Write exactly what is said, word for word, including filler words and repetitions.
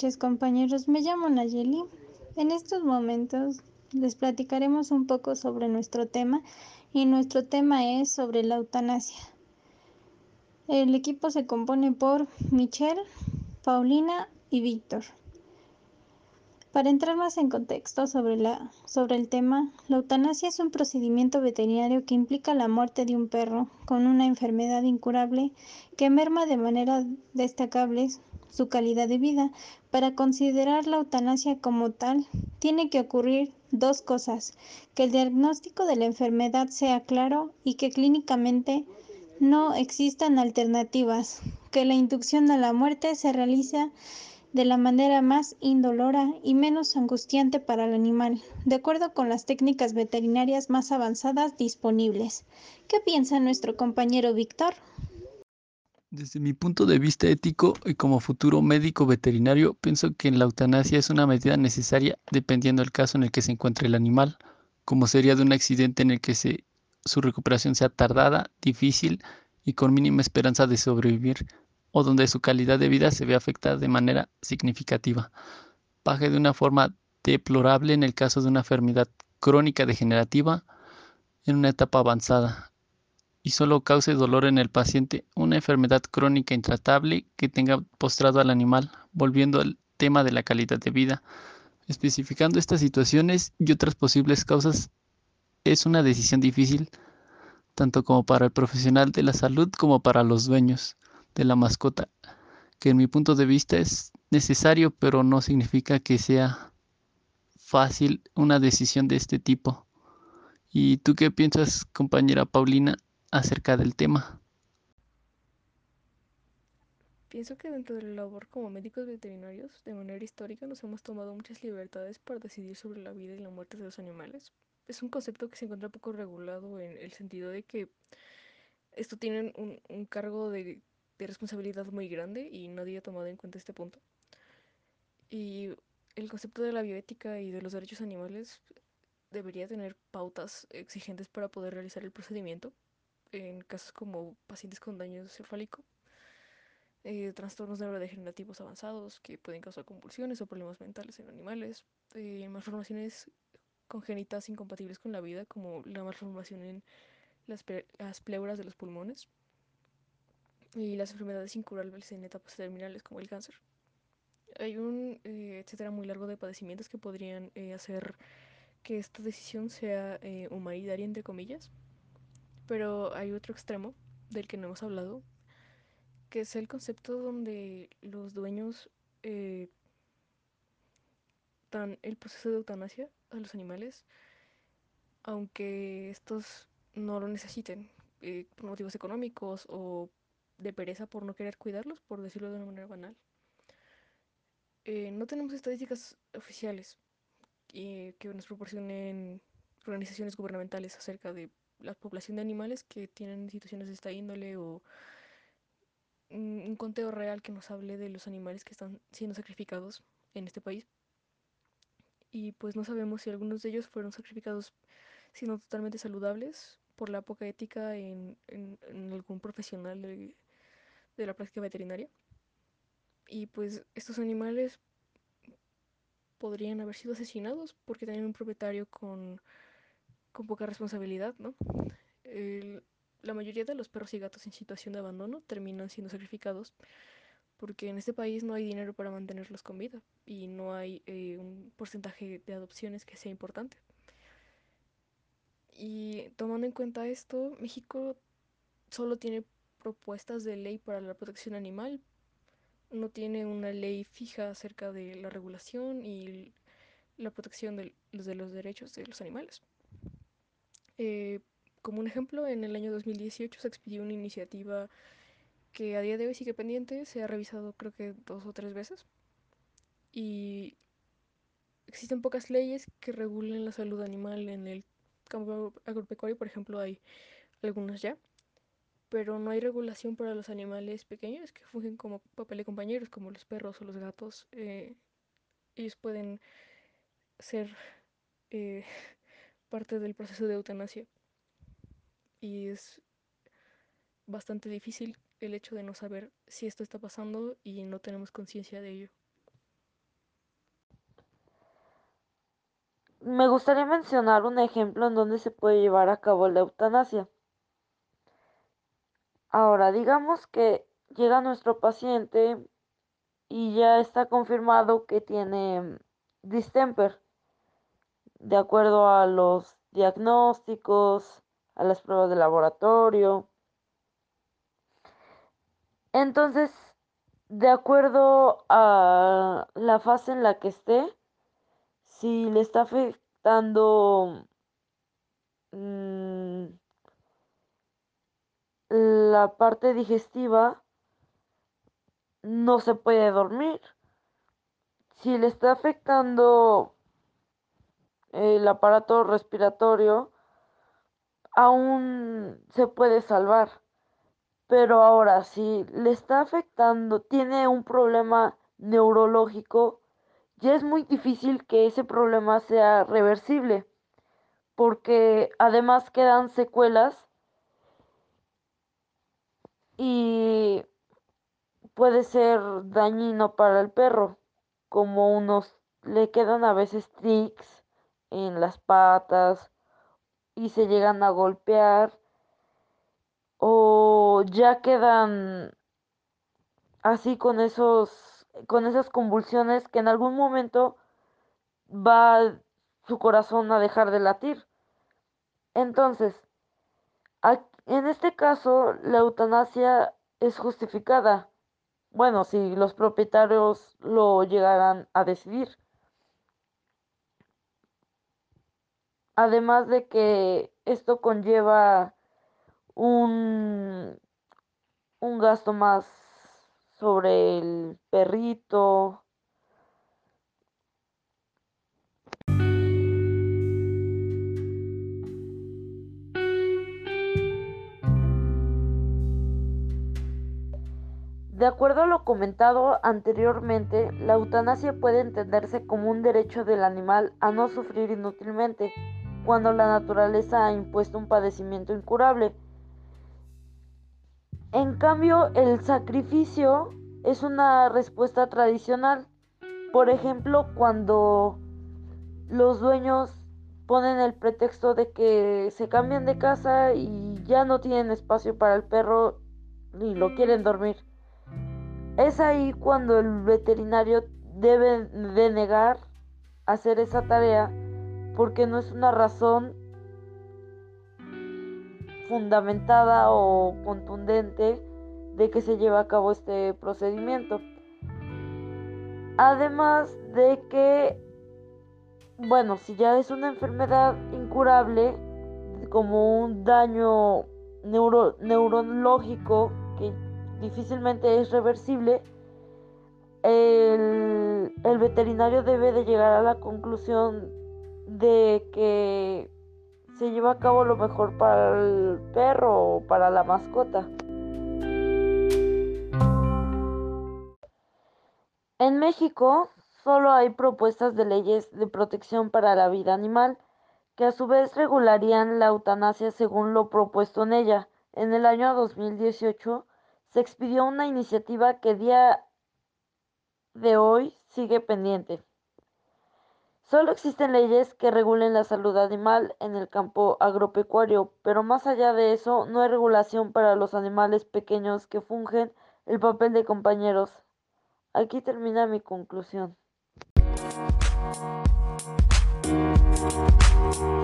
noches, compañeros. Me llamo Nayeli. En estos momentos les platicaremos un poco sobre nuestro tema y nuestro tema es sobre la eutanasia. El equipo se compone por Michelle, Paulina y Víctor. Para entrar más en contexto sobre, la, sobre el tema, la eutanasia es un procedimiento veterinario que implica la muerte de un perro con una enfermedad incurable que merma de manera destacable su calidad de vida. Para considerar la eutanasia como tal, tiene que ocurrir dos cosas: que el diagnóstico de la enfermedad sea claro y que clínicamente no existan alternativas, que la inducción a la muerte se realiza de la manera más indolora y menos angustiante para el animal, de acuerdo con las técnicas veterinarias más avanzadas disponibles. ¿Qué piensa nuestro compañero Víctor? Desde mi punto de vista ético y como futuro médico veterinario, pienso que la eutanasia es una medida necesaria dependiendo del caso en el que se encuentre el animal, como sería de un accidente en el que se- su recuperación sea tardada, difícil y con mínima esperanza de sobrevivir, o donde su calidad de vida se ve afectada de manera significativa. Paje de una forma deplorable en el caso de una enfermedad crónica degenerativa en una etapa avanzada y solo cause dolor en el paciente, una enfermedad crónica intratable que tenga postrado al animal, volviendo al tema de la calidad de vida. Especificando estas situaciones y otras posibles causas es una decisión difícil, tanto como para el profesional de la salud como para los dueños de la mascota, que en mi punto de vista es necesario, pero no significa que sea fácil una decisión de este tipo. ¿Y tú qué piensas, compañera Paulina, acerca del tema? Pienso que dentro de la labor como médicos veterinarios, de manera histórica, nos hemos tomado muchas libertades para decidir sobre la vida y la muerte de los animales. Es un concepto que se encuentra poco regulado en el sentido de que esto tiene un, un cargo de, de responsabilidad muy grande y nadie ha tomado en cuenta este punto. Y el concepto de la bioética y de los derechos animales debería tener pautas exigentes para poder realizar el procedimiento en casos como pacientes con daño cefálico, eh, trastornos neurodegenerativos avanzados que pueden causar convulsiones o problemas mentales en animales, eh, malformaciones congénitas incompatibles con la vida, como la malformación en las, las pleuras de los pulmones y las enfermedades incurables en etapas terminales como el cáncer. Hay un eh, etcétera muy largo de padecimientos que podrían eh, hacer que esta decisión sea eh, humanitaria, entre comillas, pero hay otro extremo del que no hemos hablado, que es el concepto donde los dueños eh, dan el proceso de eutanasia a los animales, aunque estos no lo necesiten, eh, por motivos económicos o de pereza por no querer cuidarlos, por decirlo de una manera banal. Eh, no tenemos estadísticas oficiales eh, que nos proporcionen organizaciones gubernamentales acerca de la población de animales que tienen situaciones de esta índole o un, un conteo real que nos hable de los animales que están siendo sacrificados en este país. Y pues no sabemos si algunos de ellos fueron sacrificados siendo totalmente saludables por la poca ética en, en, en algún profesional de, de la práctica veterinaria. Y pues estos animales podrían haber sido asesinados porque tenían un propietario con, con poca responsabilidad, ¿no? El, la mayoría de los perros y gatos en situación de abandono terminan siendo sacrificados porque en este país no hay dinero para mantenerlos con vida y no hay eh, un porcentaje de adopciones que sea importante. Y tomando en cuenta esto, México solo tiene propuestas de ley para la protección animal, no tiene una ley fija acerca de la regulación y la protección de los, de los derechos de los animales. Eh, como un ejemplo, en el año dos mil dieciocho se expidió una iniciativa que a día de hoy sigue pendiente, se ha revisado creo que dos o tres veces y existen pocas leyes que regulen la salud animal en el campo agropecuario, por ejemplo, hay algunas ya, pero no hay regulación para los animales pequeños que fungen como papel de compañeros, como los perros o los gatos. Eh, ellos pueden ser eh, parte del proceso de eutanasia y es bastante difícil el hecho de no saber si esto está pasando y no tenemos conciencia de ello. me gustaría mencionar un ejemplo en donde se puede llevar a cabo la eutanasia. Ahora, digamos que llega nuestro paciente y ya está confirmado que tiene distemper, de acuerdo a los diagnósticos, a las pruebas de laboratorio. Entonces, de acuerdo a la fase en la que esté, si le está afectando mmm, la parte digestiva, no se puede dormir. Si le está afectando el aparato respiratorio, aún se puede salvar. Pero ahora, si le está afectando, tiene un problema neurológico, ya es muy difícil que ese problema sea reversible, porque además quedan secuelas y puede ser dañino para el perro, como unos le quedan a veces tics en las patas y se llegan a golpear o ya quedan así con esos con esas convulsiones que en algún momento va su corazón a dejar de latir. Entonces, en este caso, la eutanasia es justificada. Bueno, si los propietarios lo llegaran a decidir. Además de que esto conlleva un, un gasto más sobre el perrito. De acuerdo a lo comentado anteriormente, la eutanasia puede entenderse como un derecho del animal a no sufrir inútilmente, cuando la naturaleza ha impuesto un padecimiento incurable. En cambio, el sacrificio es una respuesta tradicional. Por ejemplo, cuando los dueños ponen el pretexto de que se cambian de casa y ya no tienen espacio para el perro y lo quieren dormir. Es ahí cuando el veterinario debe de negar hacer esa tarea porque no es una razón fundamentada o contundente de que se lleve a cabo este procedimiento. Además de que, bueno, si ya es una enfermedad incurable, como un daño neuro, neurológico que difícilmente es reversible, el, el veterinario debe de llegar a la conclusión de que se lleva a cabo lo mejor para el perro o para la mascota. En México solo hay propuestas de leyes de protección para la vida animal, que a su vez regularían la eutanasia según lo propuesto en ella. En el año dos mil dieciocho se expidió una iniciativa que día de hoy sigue pendiente. Solo existen leyes que regulen la salud animal en el campo agropecuario, pero más allá de eso no hay regulación para los animales pequeños que fungen el papel de compañeros. Aquí termina mi conclusión.